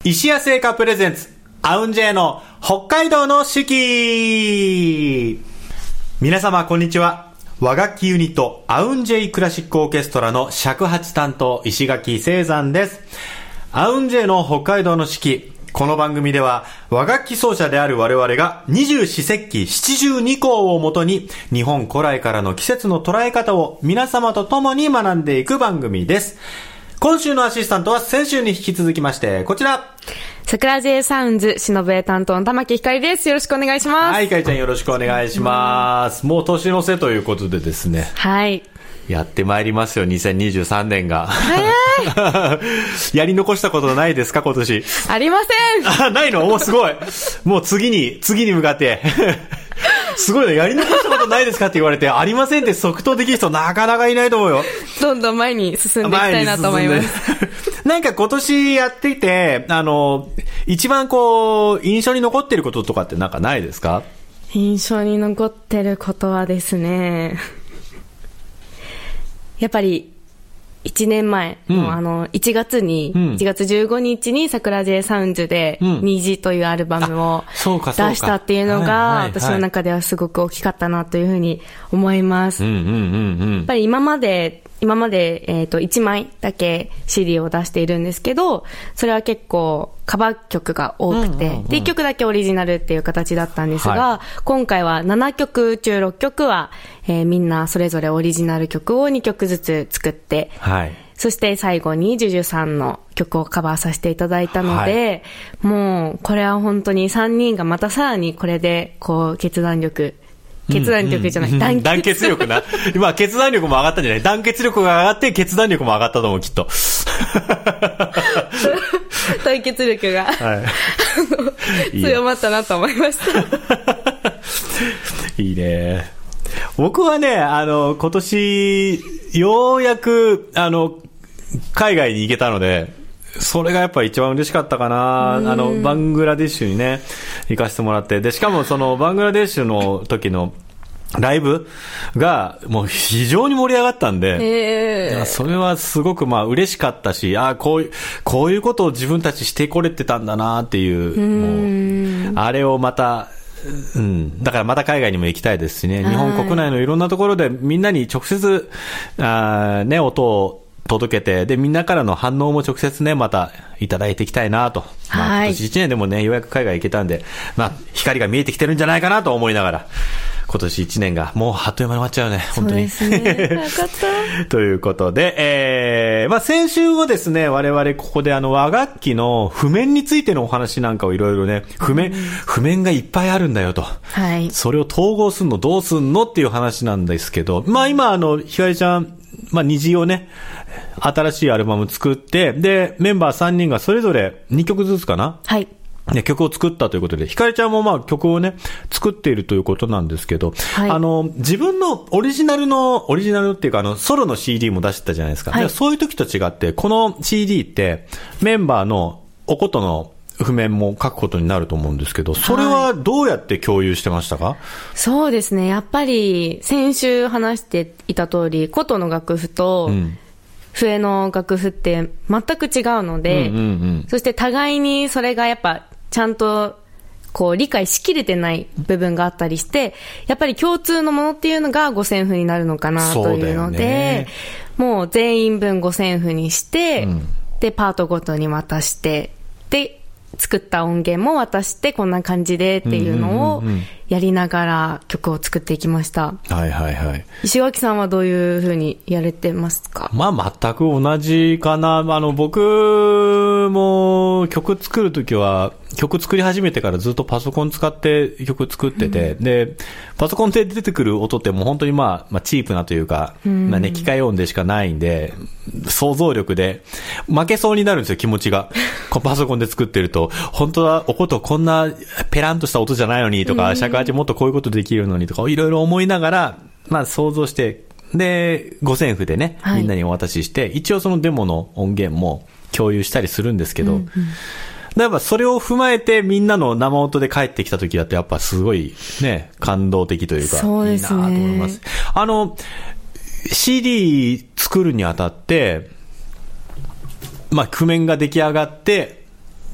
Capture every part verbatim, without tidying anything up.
石屋製菓プレゼンツアウンジェイの北海道の四季。皆様こんにちは。和楽器ユニットアウンジェイクラシックオーケストラの尺八担当石垣聖山です。アウンジェイの北海道の四季、この番組では和楽器奏者である我々が二十四節気七十二候をもとに日本古来からの季節の捉え方を皆様と共に学んでいく番組です。今週のアシスタントは先週に引き続きましてこちら、 桜 J サウンズ忍笛担当の玉木ひかりです。よろしくお願いします。 はい、ひかりちゃんよろしくお願いします。もう年の瀬ということでですね、 はいやってまいりますよにせんにじゅうさんねんが。 早いやり残したことないですか今年。 ありません。 あ、ないの？もうすごい。もう次に次に向かってすごいね。やり残したことないですかって言われてありませんって即答できる人なかなかいないと思うよ。 どんどん前に進んでいきたいなと思います。 なんか今年やっていてあの一番こう印象に残ってることとかってなんかないですか？ 印象に残ってることはですね、やっぱりいちねんまえの、うん、あのいちがつに、うん、いちがつじゅうごにちに桜 J サウンズで、うん、虹というアルバムを出したっていうのが私の中ではすごく大きかったなというふうに思います。やっぱり今まで今まで、えーと、いちまいだけ シーディー を出しているんですけど、それは結構カバー曲が多くて、うんうんうん、でいっきょくだけオリジナルっていう形だったんですが、はい、今回はななきょく中ろっきょくは、えー、みんなそれぞれオリジナル曲をにきょくずつ作って、はい、そして最後にジュジュさんの曲をカバーさせていただいたので、はい、もうこれは本当にさんにんがまたさらにこれでこう決断力決断力じゃない、うんうん、団結団結力な。今決断力も上がったんじゃない？団結力が上がって決断力も上がったと思う、きっと。 団結力が、はい、強まったなと思いました。 いいね。僕はね、あの今年ようやくあの海外に行けたので、それがやっぱり一番嬉しかったかな。あのバングラデシュにね行かせてもらって、でしかもそのバングラデシュの時のライブがもう非常に盛り上がったんで、えー、それはすごくまあ嬉しかったし、ああこういうこういうことを自分たちしてこれてたんだなっていう、もうあれをまた。うん、だからまた海外にも行きたいですしね、日本国内のいろんなところでみんなに直接あ、ね、音を届けて、でみんなからの反応も直接ねまたいただいていきたいなと、まあ、今年いちねんでもねようやく海外行けたんで、まあ、光が見えてきてるんじゃないかなと思いながら、今年いちねんがもうあっという間に終わっちゃうね、本当に。 そうですね。よかった。 ということで、えー、まあ先週はですね、我々ここであの和楽器の譜面についてのお話なんかをいろいろね、譜面、うん、譜面がいっぱいあるんだよと。はい。それを統合するのどうすんのっていう話なんですけど、まあ今あの、ひかりちゃん、まあ虹をね、新しいアルバム作って、で、メンバーさんにんがそれぞれにきょくずつかな？はい。ね、曲を作ったということで、ひかりちゃんもまあ曲をね、作っているということなんですけど、はい、あの、自分のオリジナルの、オリジナルっていうか、あの、ソロの シーディー も出してたじゃないですか。はい、そういう時と違って、この シーディー って、メンバーのおことの譜面も書くことになると思うんですけど、それはどうやって共有してましたか？はい、 そうですね、やっぱり、先週話していた通り、琴の楽譜と、うん笛の楽譜って全く違うので、うんうんうん、そして互いにそれがやっぱちゃんとこう理解しきれてない部分があったりして、やっぱり共通のものっていうのが五線譜になるのかなというので、もう全員分五線譜にして、うん、でパートごとに渡して、で作った音源も渡してこんな感じでっていうのをやりながら曲を作っていきました。 はいはいはい。 石垣さんはどういう風にやれてますか？ まあ全く同じかな。あの僕も曲作るときは曲作り始めてからずっとパソコン使って曲作ってて、うん、でパソコンで出てくる音ってもう本当にまあ、まあ、チープなというか、うんまあね、機械音でしかないんで想像力で負けそうになるんですよ、気持ちが。パソコンで作ってると本当はおことこんなペランとした音じゃないのにとか、尺八もっとこういうことできるのにとかいろいろ思いながら、まあ想像して、で五線譜でね、みんなにお渡しして、はい、一応そのデモの音源も共有したりするんですけど、うんうん、やっぱそれを踏まえてみんなの生音で帰ってきた時だとやっぱすごいね感動的というか、 そうですね、いいなと思います。 あの シーディー 作るにあたって、まあ譜面が出来上がって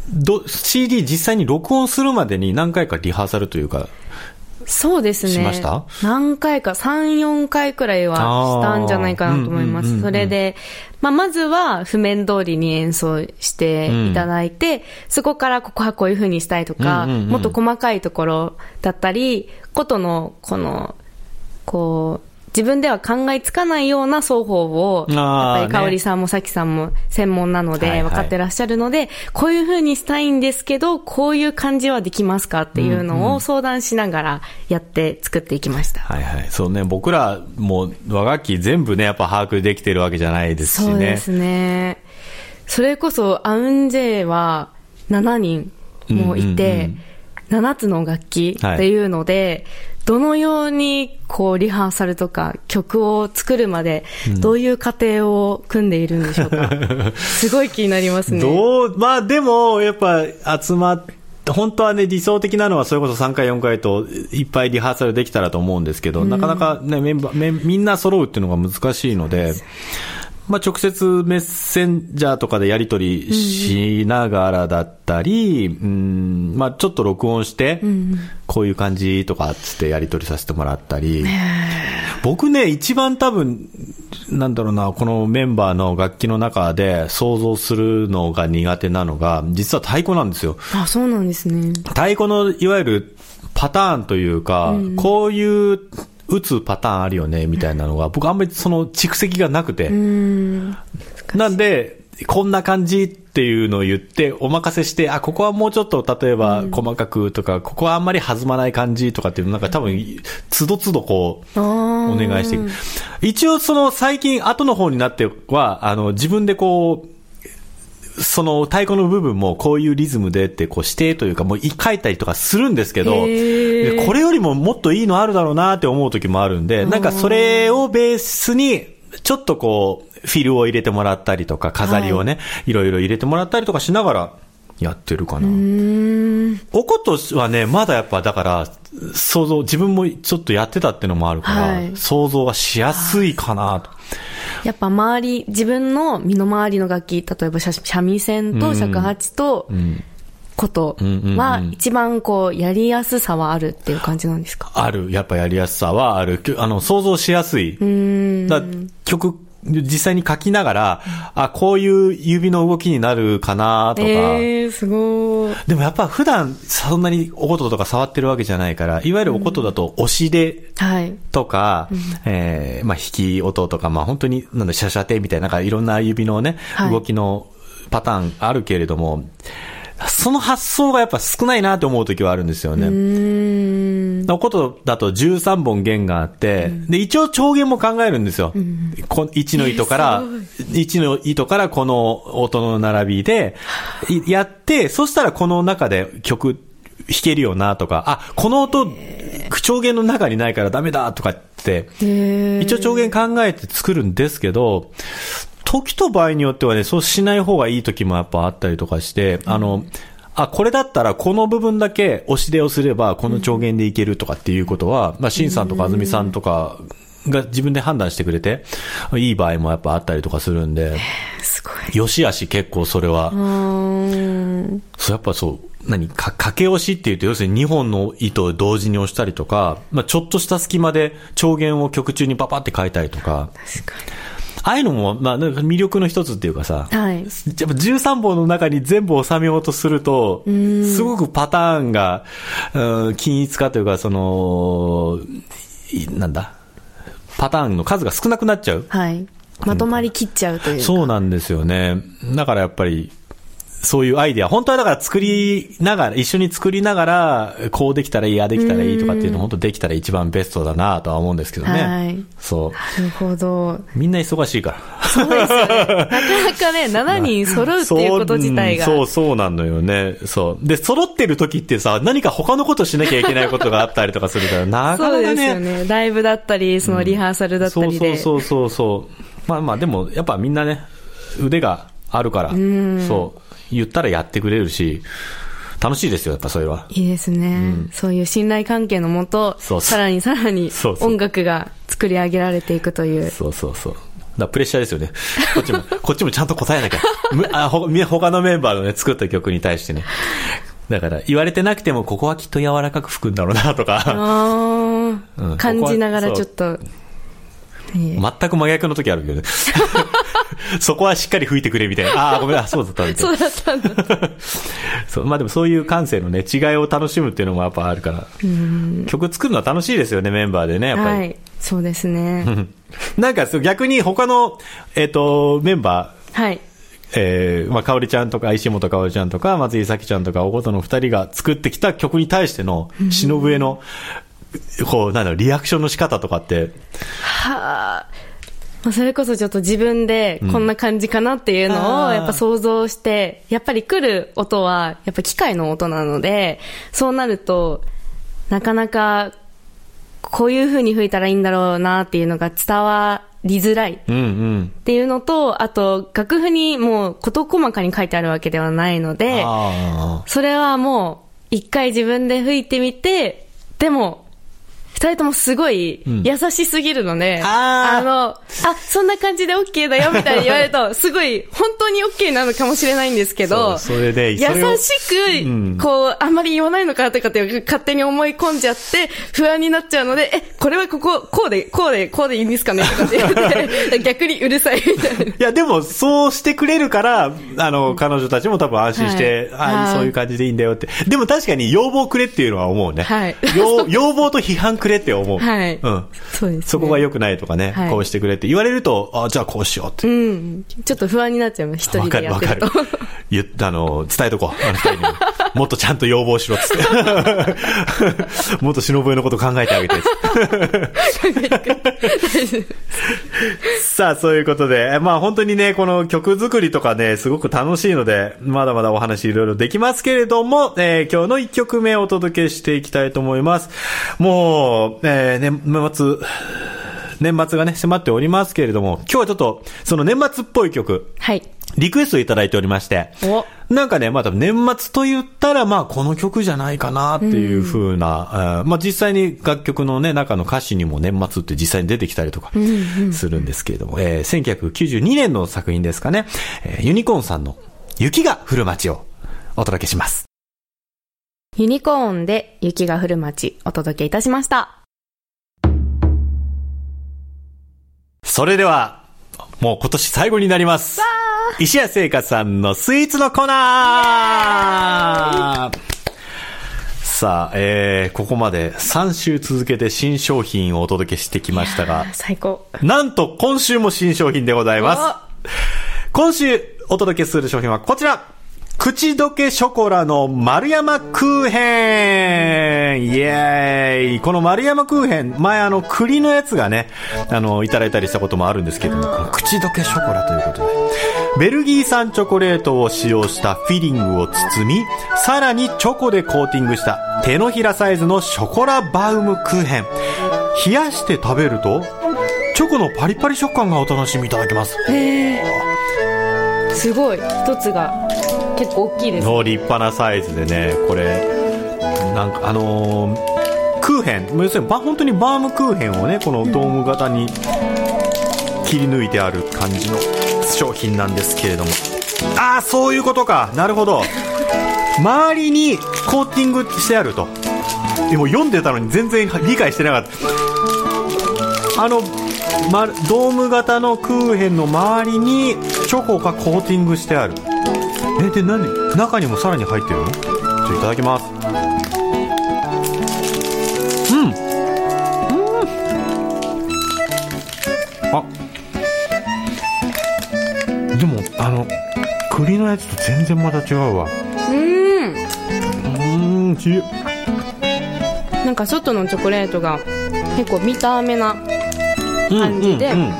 ど シーディー 実際に録音するまでに何回かリハーサルというか、 そうですね。 しました？ 何回か、さん、よんかいくらいはしたんじゃないかなと思います。それで、まあ、まずは譜面通りに演奏していただいて、うん、そこからここはこういう風にしたいとか、うんうんうん、もっと細かいところだったり、ことの、この、こう、自分では考えつかないような奏法を、やっぱり香織さんもさきさんも専門なので分かってらっしゃるので、はいはい、こういう風にしたいんですけど、こういう感じはできますかっていうのを相談しながらやって作っていきました。 はいはい。そうね、僕らも和楽器全部ね、やっぱ把握できてるわけじゃないですしね。 そうですね。それこそアウンジェイはしちにんもいて、うんうんうん、ななつの楽器っていうので、はい、どのようにこうリハーサルとか曲を作るまでどういう過程を組んでいるんでしょうか、うん、すごい気になりますね。 どう、まあでもやっぱ集まって本当はね、理想的なのはそれこそさんかいよんかいといっぱいリハーサルできたらと思うんですけど、うん、なかなかね、メンバーみんな揃うっていうのが難しいので、まあ、直接メッセンジャーとかでやり取りしながらだったり、うん、うん、まあ、ちょっと録音して、うん、こういう感じとかつってやり取りさせてもらったり、僕ね、一番多分、なんだろうな、このメンバーの楽器の中で想像するのが苦手なのが、実は太鼓なんですよ。 あ、そうなんですね。 太鼓のいわゆるパターンというか、うん、こういう打つパターンあるよねみたいなのが僕あんまりその蓄積がなくて、うーん、なんでこんな感じっていうのを言ってお任せして、あ、ここはもうちょっと例えば細かくとか、うん、ここはあんまり弾まない感じとかっていうのなんか多分つどつどこうお願いしていく。一応その最近後の方になってはあの自分でこうその太鼓の部分もこういうリズムでってこう指定というかもう書いたりとかするんですけど、これよりももっといいのあるだろうなって思う時もあるんで、なんかそれをベースにちょっとこうフィルを入れてもらったりとか飾りをね、はい、いろいろ入れてもらったりとかしながらやってるかな。うーん、おことはねまだやっぱだから想像自分もちょっとやってたっていうのもあるから、はい、想像はしやすいかなと。 やっぱ周り、自分の身の回りの楽器、例えば三味線と尺八と琴は一番こうやりやすさはあるっていう感じなんですか？ ある、やっぱやりやすさはある。あの想像しやすい。うーん、だ曲実際に書きながら、あ、こういう指の動きになるかなとか。 えー、すごい。 でもやっぱ普段そんなにお琴とか触ってるわけじゃないから、いわゆるお琴だと押しでとか、うん、えー、まあ弾き音とか、まあ本当になんだシャシャテみたいな、なんかいろんな指のね、はい、動きのパターンあるけれども、その発想がやっぱ少ないなと思う時はあるんですよね。うーん、おことだとじゅうさんぼん弦があって、うん、で一応調弦も考えるんですよ、うん、いちの糸から、いちの糸からこの音の並びでやって、そしたらこの中で曲弾けるよなとか、あ、この音調弦の中にないからダメだとかって一応調弦考えて作るんですけど、時と場合によってはね、そうしない方がいい時もやっぱあったりとかして、うん、あの、あ、これだったらこの部分だけ押し出をすればこの調弦でいけるとかっていうことは、うん、まあ、シンさんとかあずみさんとかが自分で判断してくれて、いい場合もやっぱあったりとかするんで、 すごい。 よしあし結構それは、うーん、そう、やっぱそう、何か、掛け押しっていうと、要するににほんの糸を同時に押したりとか、まあ、ちょっとした隙間で調弦を曲中にパパって変えたりとか、 確かに。 ああいうのも、まあ、なんか魅力の一つっていうかさ、 はい、 やっぱじゅうさんぼんの中に全部収めようとすると、すごくパターンが、うん、均一化というか、その、なんだ、パターンの数が少なくなっちゃう。 はい。まとまりきっちゃうというか。 そうなんですよね。だからやっぱり、そういうアイデア、本当はだから作りながら、一緒に作りながら、こうできたらいい、ああできたらいいとかっていうの本当できたら一番ベストだなとは思うんですけどね。はい。そう。 なるほど。 みんな忙しいから。 そうですよね。なかなかね、しちにん揃うっていうこと自体が。 そう、そうなのよね。そう。で、揃ってる時ってさ、何か他のことしなきゃいけないことがあったりとかするから、なかなかね。そうですよね。 ライブだったり、そのリハーサルだったりで。 うん、そうそうそうそう。まあまあ、でも、やっぱみんなね、腕があるから、うん、そう。言ったらやってくれるし、楽しいですよ、やっぱそれは。 いいですね。うん、そういう信頼関係のもと、さらにさらに音楽が作り上げられていくという。 そうそうそう。 だプレッシャーですよね。こっちも、こっちもちゃんと答えなきゃ。あほ他のメンバーのね、作った曲に対してね。だから、言われてなくても、ここはきっと柔らかく吹くんだろうな、とか。 あうん、感じながらちょっと。 全く真逆の時あるけどね。そこはしっかり吹いてくれみたいな。ああ、ごめんな、そうだったみたいな。 そうだったんだ。 そう、まあでもそういう感性のね、違いを楽しむっていうのもやっぱあるから。うん曲作るのは楽しいですよね、メンバーでね、やっぱり。はい、 そうですね。 なんか逆に他の、えっと、メンバー。はい。 えー、まあ、かおりちゃんとか、石本かおりちゃんとか、松井咲ちゃんとか、おことの二人が作ってきた曲に対しての、忍笛の、こう、なんだろう、リアクションの仕方とかって。 はあ。それこそちょっと自分でこんな感じかなっていうのをやっぱ想像して、うん、やっぱり来る音はやっぱ機械の音なので、そうなるとなかなかこういう風に吹いたらいいんだろうなっていうのが伝わりづらいっていうのと、うんうん、あと楽譜にもう事細かに書いてあるわけではないので、それはもう一回自分で吹いてみて、でも二人ともすごい優しすぎるので、うん、あ, あの、あ、そんな感じで OK だよみたいに言われると、すごい本当に OK なのかもしれないんですけど、 そ, それで優しく、うん、こう、あんまり言わないのかとかって勝手に思い込んじゃって、不安になっちゃうので、え、これはここ、こうで、こうで、こうでいいんですかねとかって言って、逆にうるさいみたいな。いや、でも、そうしてくれるから、あの、彼女たちも多分安心して、はい、あそういう感じでいいんだよって。でも確かに要望くれっていうのは思うね。はい。要, 要望と批判くれって思う。 はい。 うん。そうですね。そこが良くないとかね、はい、こうしてくれって言われると、あ、じゃあこうしようって。 うん。ちょっと不安になっちゃいます、一人でやってると。わかるわかる。 言った、あの、伝えとこう。あの二人に。もっとちゃんと要望しろっつって。もっと忍笛のこと考えてあげて。さあ、そういうことで、まあ本当にね、この曲作りとかね、すごく楽しいので、まだまだお話いろいろできますけれども、えー、今日の一曲目をお届けしていきたいと思います。もう、えー、年末、年末がね、迫っておりますけれども、今日はちょっと、その年末っぽい曲。 はい。 リクエストいただいておりまして、なんかね、まあ、年末と言ったら、まあ、この曲じゃないかなっていう風な、うん、まあ、実際に楽曲のね、中の歌詞にも年末って実際に出てきたりとかするんですけれども、うんうん、えー、せんきゅうひゃくきゅうじゅうにねんの作品ですかね、えー、ユニコーンさんの雪が降る街をお届けします。 ユニコーンで雪が降る街お届けいたしました。 それでは、もう今年最後になります。石谷製菓さんのスイーツのコーナー。さあ、えー、ここまでさん週続けて新商品をお届けしてきましたが、 最高。 なんと今週も新商品でございます。今週お届けする商品はこちら。口どけショコラの丸山クーヘンイエーイ。この丸山クーヘン、前あの栗のやつがね、あのいただいたりしたこともあるんですけども、この口どけショコラということで、ベルギー産チョコレートを使用したフィリングを包み、さらにチョコでコーティングした手のひらサイズのショコラバウムクーヘン。冷やして食べるとチョコのパリパリ食感がお楽しみいただけます。へー、すごい。一つが結構大きいですね。 立派なサイズでね、これなんかあのー、クーヘン、要するに本当にバームクーヘンをね、このドーム型に切り抜いてある感じの商品なんですけれども、ああ、そういうことか。なるほど。周りにコーティングしてあると。でも読んでたのに全然理解してなかった。あの、ま、ドーム型のクーヘンの周りにチョコがコーティングしてある。え、で何、中にもさらに入ってるの？ちょっといただきます。うん、うん、あ、でもあの栗のやつと全然また違うわ。 うん、 うーん、ちなんか外のチョコレートが結構見た目な感じで、うんうんうん、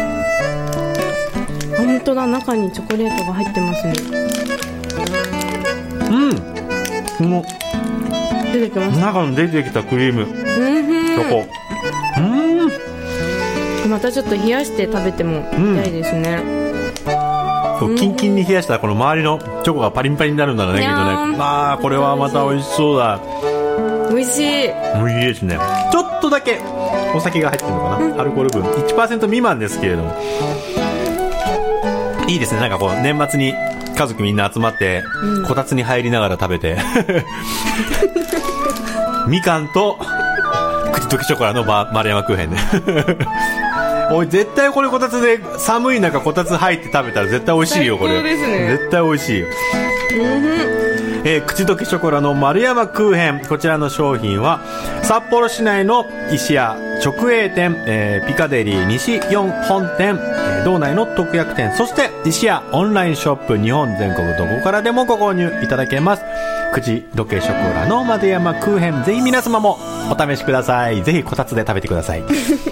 本当だ、中にチョコレートが入ってますね。 うん、この出てきます。 中の出てきたクリーム、うん、チョコ、うん、 またちょっと冷やして食べてもみたいですね。 うん、そう、キンキンに冷やしたらこの周りのチョコがパリンパリンになるんだろうね、きっとね。あー、これはまた美味しそうだ。 美味しい。 美味しいですね。ちょっとだけお酒が入ってるのかな、うん、アルコール分 いちパーセント 未満ですけれども、いいですね。なんかこう年末に家族みんな集まってこたつに入りながら食べてみかんと口溶けショコラの丸山クーヘンでおい絶対これこたつで寒い中こたつ入って食べたら絶対美味しいよこれ。 最高ですね。 絶対美味しい。えー、口溶けショコラの丸山クーヘン、こちらの商品は札幌市内の石屋直営店、えー、ピカデリー西よん本店、えー、道内の特約店、そして石屋オンラインショップ、日本全国どこからでもご購入いただけます。口溶けショコラの丸山クーヘン、ぜひ皆様もお試しください。ぜひこたつで食べてください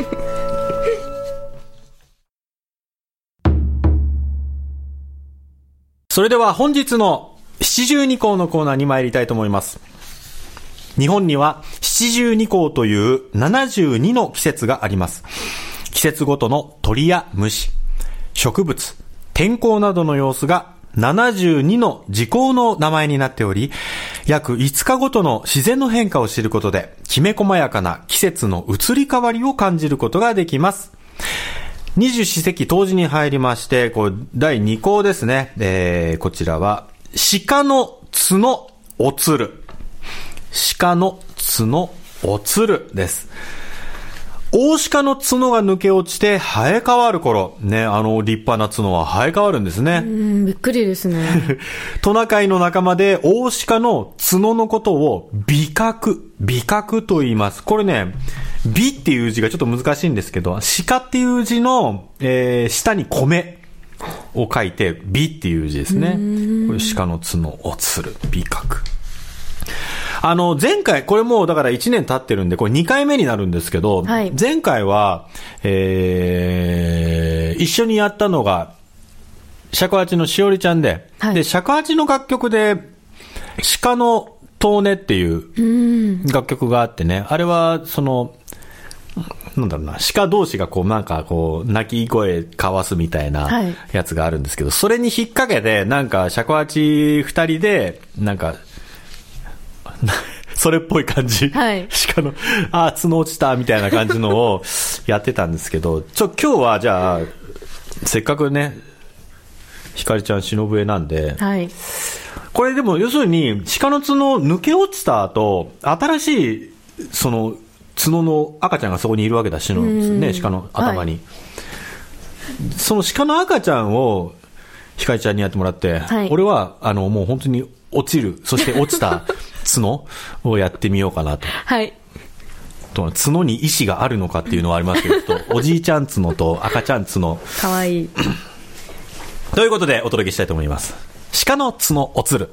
それでは本日の七十二候のコーナーに参りたいと思います。日本には七十二候というななじゅうにの季節があります。季節ごとの鳥や虫、植物、天候などの様子がななじゅうにの時候の名前になっており、約いつかごとの自然の変化を知ることで、きめ細やかな季節の移り変わりを感じることができます。二十四節気冬至に入りまして、こうだいに項ですね。えー、こちらは鹿の角おつる。鹿の角おつるです。大鹿の角が抜け落ちて生え変わる頃、ね、あの立派な角は生え変わるんですね。 うん、びっくりですね。 トナカイの仲間で大鹿の角のことを尾角、尾角と言います。これね、美っていう字がちょっと難しいんですけど、鹿っていう字の、えー、下に米を書いて美っていう字ですね。これ鹿の角おつる、尾角。あの前回これもうだからいちねん経ってるんでこれにかいめになるんですけど、はい、前回は、えー、一緒にやったのが尺八のしおりちゃんで、はい、で尺八の楽曲で鹿の遠音っていう楽曲があってね、あれはそのなんだろうな、鹿同士がこうなんかこう鳴き声交わすみたいなやつがあるんですけど、はい、それに引っ掛けてなんか尺八二人でなんかそれっぽい感じ、はい、鹿のあ角落ちたみたいな感じのをやってたんですけど、ちょ今日はじゃあせっかくねひかりちゃん忍笛なんで、はい、これでも要するに鹿の角抜け落ちた後新しいその角の赤ちゃんがそこにいるわけだしの、ね、鹿の頭に、はい、その鹿の赤ちゃんをひかりちゃんにやってもらって、はい、俺はあのもう本当に落ちる、そして落ちた角をやってみようかなと。はい。と角に意志があるのかっていうのはありますけど、おじいちゃん角と赤ちゃん角。 かわいい。 ということでお届けしたいと思います。鹿の角おつる。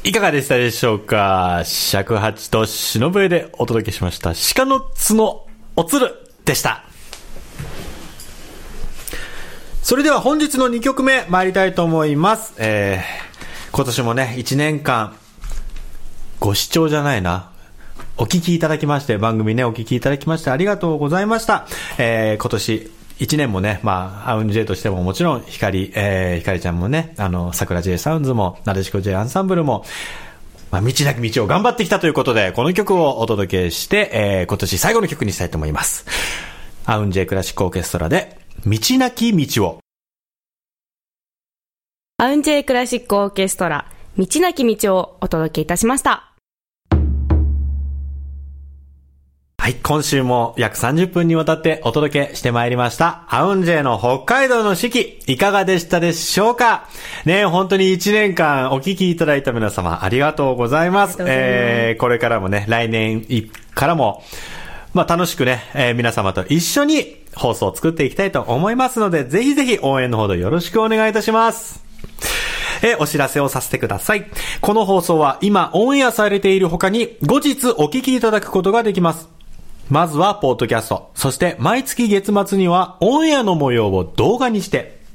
いかがでしたでしょうか。尺八と忍笛でお届けしました鹿の角おつるでした。それでは本日のにきょくめ参りたいと思います。えー、今年もねいちねんかんご視聴じゃないなお聞きいただきまして、番組ねお聞きいただきましてありがとうございました。えー、今年いちねんもね、まあ、アウンジェとしてももちろん、光、えー、光ちゃんもね、あの、桜 J サウンズも、なでしこ J アンサンブルも、まあ、道なき道を頑張ってきたということで、この曲をお届けして、えー、今年最後の曲にしたいと思います。アウンジェクラシックオーケストラで、道なき道を。 アウンジェクラシックオーケストラ、道なき道をお届けいたしました。 はい、今週も約さんじゅっぷんにわたってお届けしてまいりました。アウンジェの北海道の四季、いかがでしたでしょうか。ね、本当にいちねんかんお聞きいただいた皆様ありがとうございます。えー、これからもね、来年からも、まあ楽しくね、えー、皆様と一緒に放送を作っていきたいと思いますので、ぜひぜひ応援のほどよろしくお願いいたします。えー、お知らせをさせてください。この放送は今オンエアされている他に後日お聞きいただくことができます。まずはポッドキャスト、そして毎月月末にはオンエアの模様を動画にして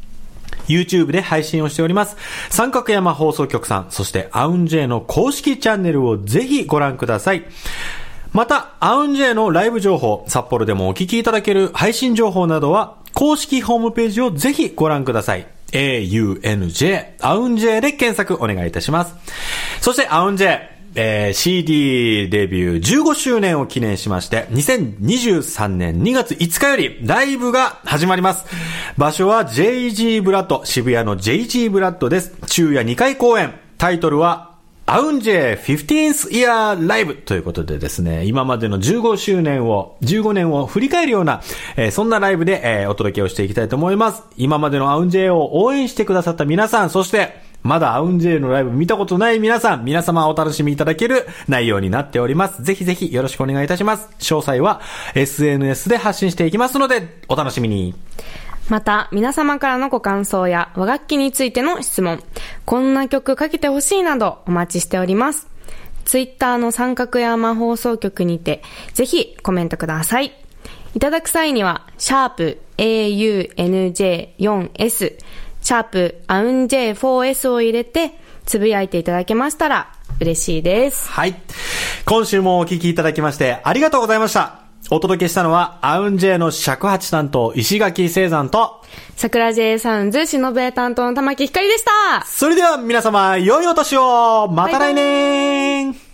YouTube で配信をしております。三角山放送局さん、そしてアウンジェの公式チャンネルをぜひご覧ください。またアウンジェのライブ情報、札幌でもお聞きいただける配信情報などは公式ホームページをぜひご覧ください。エーユーエヌジェー アウンジェで検索お願いいたします。そしてアウンジェえー、シーディー デビューじゅうごしゅうねんを記念しまして、にせんにじゅうさんねんにがついつかよりライブが始まります。場所は ジェイジー ブラッド、渋谷の ジェイジー ブラッドです。昼夜にかい公演。タイトルはアウンジェ フィフティーンス Year Live ということでですね、今までのじゅうごしゅうねんを、じゅうごねんを振り返るような、えー、そんなライブで、えー、お届けをしていきたいと思います。今までのアウンジェを応援してくださった皆さん、そしてまだアウンジェのライブ見たことない皆さん、皆様お楽しみいただける内容になっております。ぜひぜひよろしくお願いいたします。詳細は エスエヌエス で発信していきますので、お楽しみに。 また、皆様からのご感想や和楽器についての質問、こんな曲かけてほしいなどお待ちしております。ツイッターの三角山放送局にて、ぜひコメントください。いただく際には、シャープ エーユーエヌジェーフォーエス、シャープアウンジェフォーエスを入れてつぶやいていただけましたら嬉しいです。 はい。今週もお聞きいただきましてありがとうございました。お届けしたのはアウンジェの尺八担当石垣聖山と桜 J サウンズ忍笛担当の玉木ひかりでした。 それでは皆様良いお年を。また来年。